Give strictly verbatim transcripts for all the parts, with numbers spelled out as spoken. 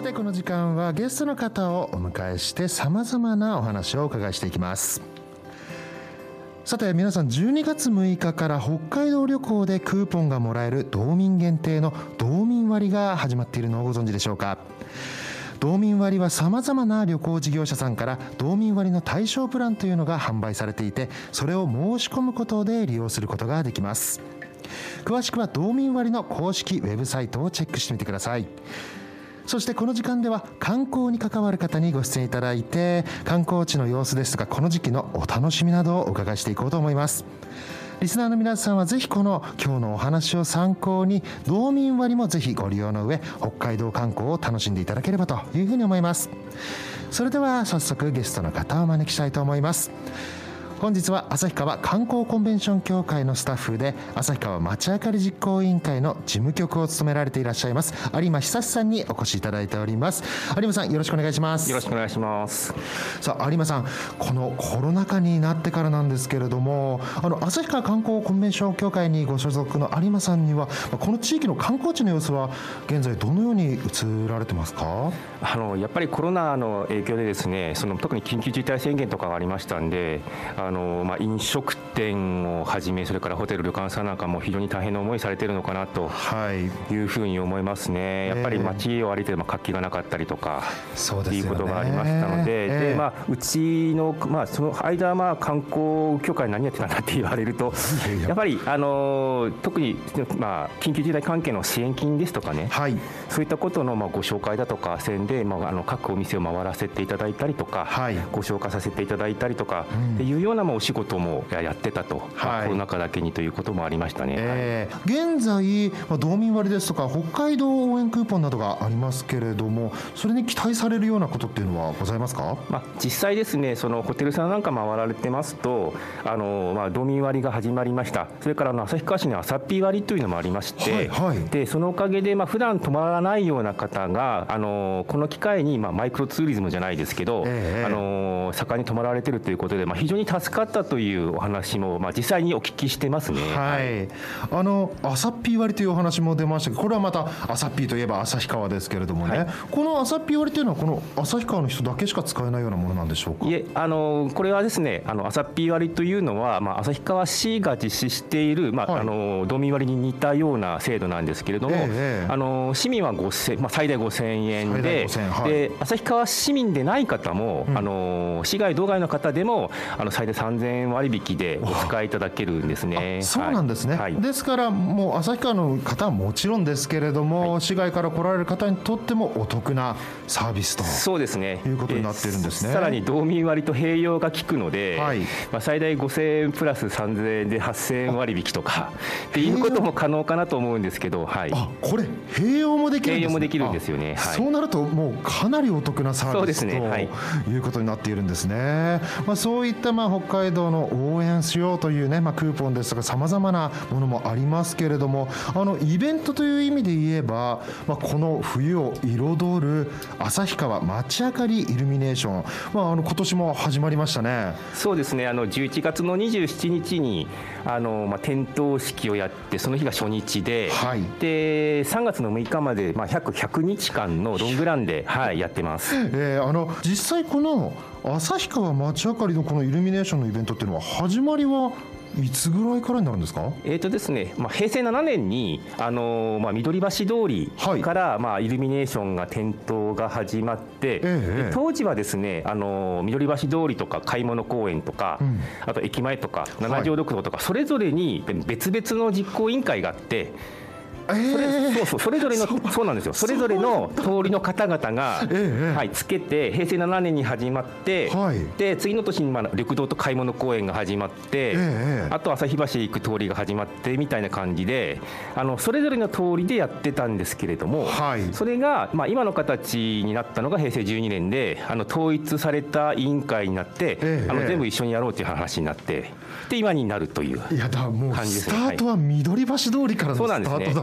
さてこの時間はゲストの方をお迎えしてさまざまなお話をお伺いしていきます。さて皆さん、じゅうにがつむいかから北海道旅行でクーポンがもらえる道民限定の道民割が始まっているのをご存知でしょうか。道民割はさまざまな旅行事業者さんから道民割の対象プランというのが販売されていて、それを申し込むことで利用することができます。詳しくは道民割の公式ウェブサイトをチェックしてみてください。そしてこの時間では観光に関わる方にご出演いただいて、観光地の様子ですとかこの時期のお楽しみなどをお伺いしていこうと思います。リスナーの皆さんはぜひこの今日のお話を参考に道民割もぜひご利用の上、北海道観光を楽しんでいただければというふうに思います。それでは早速ゲストの方をお招きしたいと思います。本日は旭川観光コンベンション協会のスタッフで旭川街あかり実行委員会の事務局を務められていらっしゃいます有馬久さんにお越しいただいております。有馬さん、よろしくお願いします。 よろしくお願いします。 さあ有馬さん、このコロナ禍になってからなんですけれども、あの旭川観光コンベンション協会にご所属の有馬さんにはこの地域の観光地の様子は現在どのように映られてますか？ あのやっぱりコロナの影響でですね、その特に緊急事態宣言とかがありましたんで、あの、まあ、飲食店をはじめ、それからホテル旅館さんなんかも非常に大変な思いされているのかなというふうに思いますね。やっぱり街を歩いてても活気がなかったりとか、そういうことがありましたので、で、まあ、うちの、まあ、その間、まあ、観光協会何やってたんだって言われると、やっぱりあの特に、まあ、緊急事態関係の支援金ですとかね、はい、そういったことの、まあ、ご紹介だとか宣で、まあ、あの各お店を回らせていただいたりとか、はい、ご紹介させていただいたりとか、うん、っていうような、まあ、お仕事もやってたと、はい、まあ、コロナ禍だけにということもありましたね。 えー、現在、まあ、道民割ですとか北海道応援クーポンなどがありますけれども、それに期待されるようなことっていうのはございますか？ まあ、実際ですね、そのホテルさんなんか回られてますと、あの、まあ、道民割が始まりました。それからあの旭川市にはアサッピー割というのもありまして、はいはい、でそのおかげで、まあ、普段泊まらないような方があのこの機会に、まあ、マイクロツーリズムじゃないですけど、えー、あの盛んに泊まられているということで、まあ、非常に助かったというお話も、まあ、実際にお聞きしてますね。 はい、あのアサッピー割というお話も出ましたけど、これはまたアサッピーといえば旭川ですけれどもね、はい、このアサッピー割というのはこの旭川の人だけしか使えないようなものなんでしょうか？ いえ、あのこれはですね、あのアサッピー割というのは、まあ、旭川市が実施している、まあ、はい、あの道民割に似たような制度なんですけれども、えー、あの市民はごせん、まあ、最大ごせんえんで、はい、で旭川市民でない方も、うん、あの市外道外の方でもあの最大さんぜんえん割引でお使いいただけるんですね。 そうなんですね、はい、ですからもう旭川の方はもちろんですけれども、はい、市外から来られる方にとってもお得なサービスとそうですねいうことになっているんですね。 さらに道民割と併用が効くので、はい、まあ、最大ごせんえんプラスさんぜんえんではっせんえん割引とかっていうことも可能かなと思うんですけど、はい、 あ、これ併用もできるんですね。 併用もできるんですよね。はい、 そうなるともうかなりお得なサービスと、ね、はい、いうことになっているんですね。まあ、そういったまあ北海道の応援しようというね、まあ、クーポンですとかさまざまなものもありますけれども、あのイベントという意味で言えば、まあ、この冬を彩る旭川街あかりイルミネーション、まあ、あの今年も始まりましたね。 そうですね、あのじゅういちがつのにじゅうしちにちにあの、まあ、点灯式をやって、その日が初日で、はい、でさんがつのむいかまで、まあ、約ひゃくにちかんのロングランで、はい、やってます。 えー、あの実際この旭川街あかりのこのイルミネーションのイベントっていうのは始まりはいつぐらいからになるんですか？ えーとですね、まあ、へいせいななねんに、あのーまあ、緑橋通りから、はい、まあ、イルミネーションが点灯が始まって、えー、当時はですね、あのー、緑橋通りとか買い物公園とか、うん、あと駅前とか七条緑道とか、はい、それぞれに別々の実行委員会があって、えー、それそうそうそれぞれのそそうなんですよそれぞれの通りの方々が、えーはい、つけてへいせいななねんに始まって、はい、で次の年にまあ緑道と買い物公園が始まって、えー、あと旭橋へ行く通りが始まってみたいな感じで、あのそれぞれの通りでやってたんですけれども、はい、それが、まあ、今の形になったのがへいせいじゅうにねんで、あの統一された委員会になって、えー、あの全部一緒にやろうという話になって、で今になるという感じですね。 いやだもうスタートは緑橋通りからのスタートだっ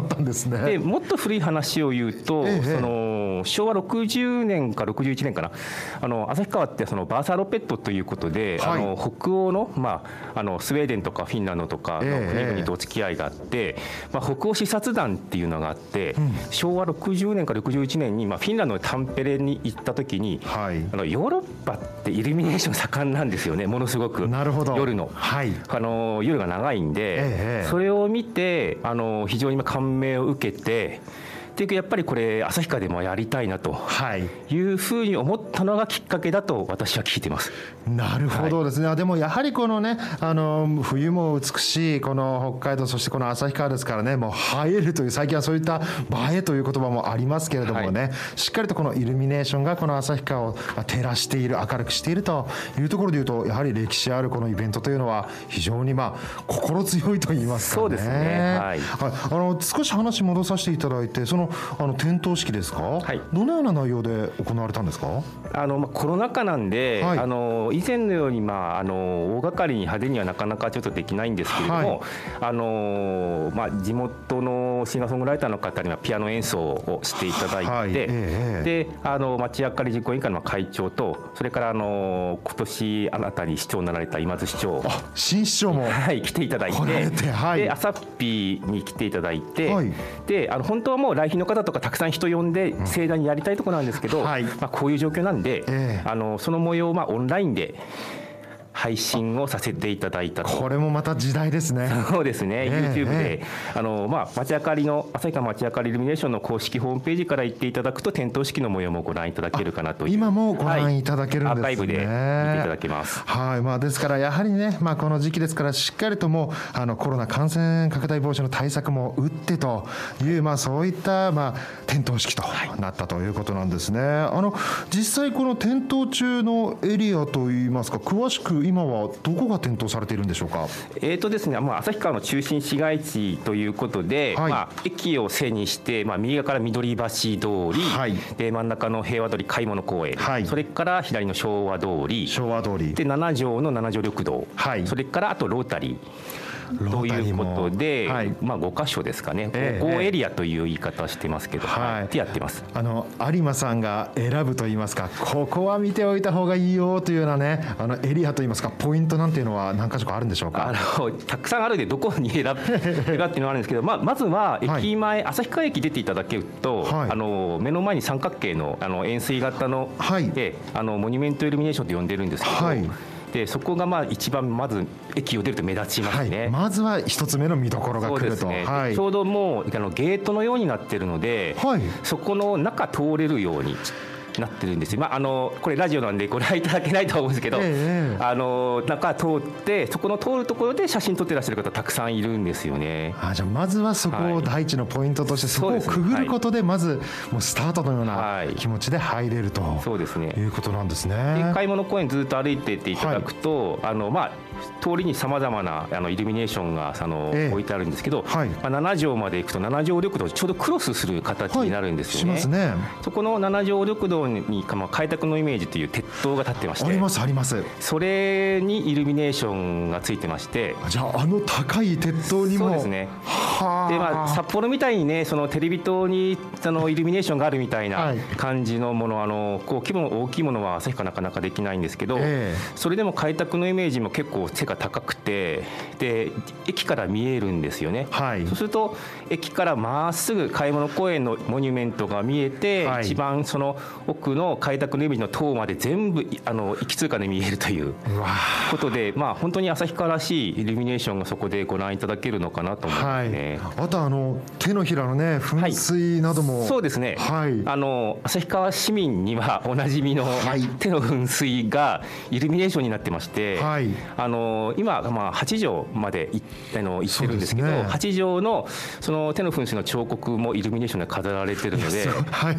ったんですね。 でもっと古い話を言うと、ええ、そのしょうわろくじゅうねんかろくじゅういちねんかな、あの旭川ってそのバーサーロペットということで、はい、あの北欧の、まあ、あのスウェーデンとかフィンランドとかの国々とお付き合いがあって、ええまあ、北欧視察団っていうのがあって、うん、しょうわろくじゅうねんかろくじゅういちねんに、まあ、フィンランドのタンペレに行った時に、はい、あのヨーロッパってイルミネーション盛んなんですよね、ものすごく。 なるほど。 夜の、はい、あの夜が長いんで、ええ、それを見てあの非常に感銘を受けて、でやっぱりこれ旭川でもやりたいなというふうに思ったのがきっかけだと私は聞いてます。 なるほどですね、はい、でもやはりこのね、あの冬も美しいこの北海道、そしてこの旭川ですからね、もう映えるという、最近はそういった映えという言葉もありますけれどもね、はい、しっかりとこのイルミネーションがこの旭川を照らしている、明るくしているというところでいうと、やはり歴史あるこのイベントというのは非常にまあ心強いと言いますかね。 そうですね、はい、 はい、あの少し話戻させていただいて、そのあの点灯式ですか、はい、どのような内容で行われたんですか。 あの、まあ、コロナ禍なんで、はい、あの以前のように、まあ、あの大掛かりに派手にはなかなかちょっとできないんですけれども、はい、あのまあ、地元のシンガーソングライターの方にはピアノ演奏をしていただいて、はいえー、であの町明かり実行委員会の会長と、それからあの今年新たに市長になられた今津市長、 あ新市長も、 はい、来ていただいて、はい、で朝っぴに来ていただいて、はい、であの本当はもう来賓の方とかたくさん人呼んで盛大にやりたいところなんですけど、うんはいまあ、こういう状況なんで、えー、あのその模様をまあオンラインで配信をさせていただいたと。 これもまた時代ですね。 そうですね、えー、YouTube で、えー、あのまあ町明かりの旭川町明かりイルミネーションの公式ホームページから行っていただくと、点灯式の模様もご覧いただけるかなという。 今もご覧いただけるんですね、はい、アーカイブで見ていただけます。 はい、まあ、ですからやはりね、まあ、この時期ですから、しっかりともうあのコロナ感染拡大防止の対策も打ってという、まあ、そういった、まあ、点灯式となったということなんですね。はい、あの実際この点灯中のエリアといいますか、詳しく今はどこが点灯されているんでしょうか。 えーとですね、まあ、旭川の中心市街地ということで、はいまあ、駅を背にして、まあ、右側から緑橋通り、はい、で真ん中の平和通り買い物公園、はい、それから左の昭和通り、 昭和通りで七条の七条緑道、はい、それからあとロータリーということで、はいまあ、ごかしょですかね、えー、ごエリアという言い方をしてますけど、はい、ってやってます。 あの有馬さんが選ぶといいますか、ここは見ておいた方がいいよというようなね、あのエリアといいますか、ポイントなんていうのは何か所かあるんでしょうか。 あのたくさんあるんで、どこに選ぶかっていうのはあるんですけど、まあ、まずは駅前、はい、旭川駅出ていただけると、はい、あの目の前に三角形の、あの円錐型の、はい、であのモニュメントイルミネーションと呼んでるんですけど、はいでそこがまあ一番まず駅を出ると目立ちますね、 はい、まずは一つ目の見どころが来ると、ねはい、ちょうどもうあのゲートのようになってるので、はい、そこの中通れるようになってるんですよ。まあ、あのこれラジオなんでご覧いただけないと思うんですけど、えー、あの中通ってそこの通るところで写真撮ってらっしゃる方たくさんいるんですよね。 あじゃあまずはそこを第一のポイントとして、はい、そこをくぐることでまずもうスタートのような気持ちで入れると、はい、そうですね、いうことなんですね。 で買い物公園ずっと歩いていっていただくと、はい、あのまあ通りにさまざまなあのイルミネーションがあの、えー、置いてあるんですけど、はいまあ、七条まで行くと七条緑道ちょうどクロスする形になるんですよね。はい、しますね。そこの七条緑道に、まあ、開拓のイメージという鉄塔が立ってまして、 ありますあります。 それにイルミネーションがついてまして、 じゃああの高い鉄塔にも。 そうですね。で、まあ、札幌みたいにね、そのテレビ塔にあのイルミネーションがあるみたいな感じのもの、はい、あのこう規模の大きいものは旭川なかなかできないんですけど、えー、それでも開拓のイメージも結構背が高くて、で駅から見えるんですよね。はい、そうすると駅からまっすぐ買い物公園のモニュメントが見えて、はい、一番その奥の開拓のイメージの塔まで全部あの一気通過で見えるということで、まあ、本当に旭川らしいイルミネーションがそこでご覧いただけるのかなと思いますね。 はい、あとあの手のひらのね噴水なども、 はい、そうですね、はい、あの旭川市民にはおなじみの手の噴水がイルミネーションになってまして、はい、あの今、まあ、はち条まで行あの行ってるんですけど、ね、はち条のその手の噴水の彫刻もイルミネーションで飾られてるので、はい、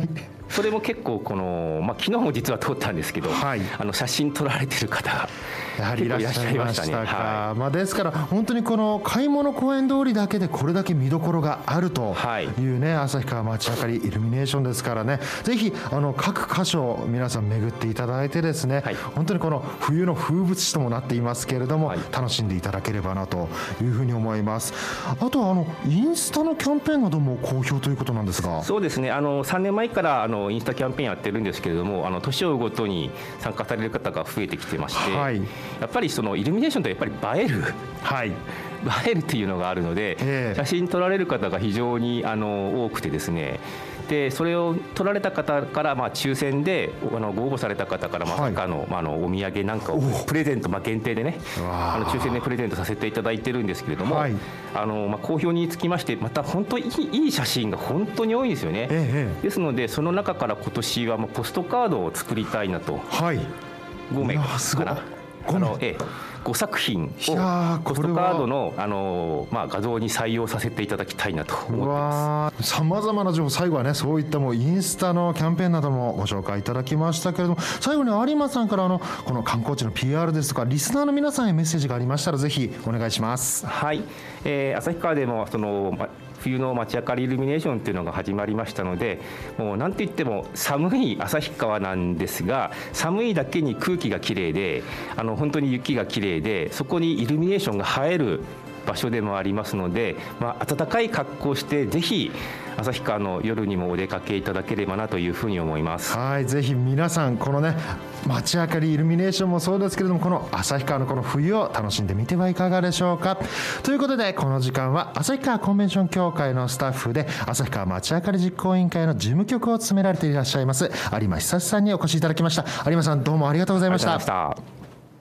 それも結構この、まあ、昨日も実は撮ったんですけど、はい、あの写真撮られてる方がやはりいらっしゃいましたね。 はい、まあ、ですから本当にこの買い物公園通りだけでこれだけ見どころがあるというね、はい、旭川街明かりイルミネーションですからね、ぜひあの各箇所皆さん巡っていただいてですね、はい、本当にこの冬の風物詩ともなっていますけれども、はい、楽しんでいただければなというふうに思います。あとはあのインスタのキャンペーンなども好評ということなんですが。 そうですね、あのさんねんまえからあのインスタキャンペーンやってるんですけれども、あの年を追うごとに参加される方が増えてきてまして、はい、やっぱりそのイルミネーションってやっぱり映える、はい、映えるっていうのがあるので、えー、写真撮られる方が非常にあの多くてですね、でそれを撮られた方からまあ抽選であのご応募された方からまさかの、はい、まあ、あのお土産なんかをプレゼント、まあ、限定でね、あの抽選でプレゼントさせていただいてるんですけれども、はい、あのまあ好評につきましてまた本当にいい写真が本当に多いんですよね、ええ、ですのでその中から今年はもうポストカードを作りたいなと、はい、ごめいかな、あの、ええ、ごさく品をポストカードの、あの、まあ、画像に採用させていただきたいなと思ってます。 さまざまな情報、最後はねそういったもうインスタのキャンペーンなどもご紹介いただきましたけれども、最後に有馬さんからあのこの観光地の ピーアール ですとかリスナーの皆さんへメッセージがありましたらぜひお願いします。 はい、えー、旭川でもその、ま冬の街明かりイルミネーションっていうのが始まりましたので、もうなんて言っても寒い旭川なんですが、寒いだけに空気がきれいで、あの本当に雪がきれいで、そこにイルミネーションが映える場所でもありますので、まあ、暖かい格好をしてぜひ旭川の夜にもお出かけいただければなというふうに思います。 はい、ぜひ皆さんこのね街明かりイルミネーションもそうですけれども、この旭川のこの冬を楽しんでみてはいかがでしょうか。ということでこの時間は旭川コンベンション協会のスタッフで旭川街明かり実行委員会の事務局を務められていらっしゃいます有馬久さんにお越しいただきました。有馬さんどうもありがとうございました。 ありがとうございました。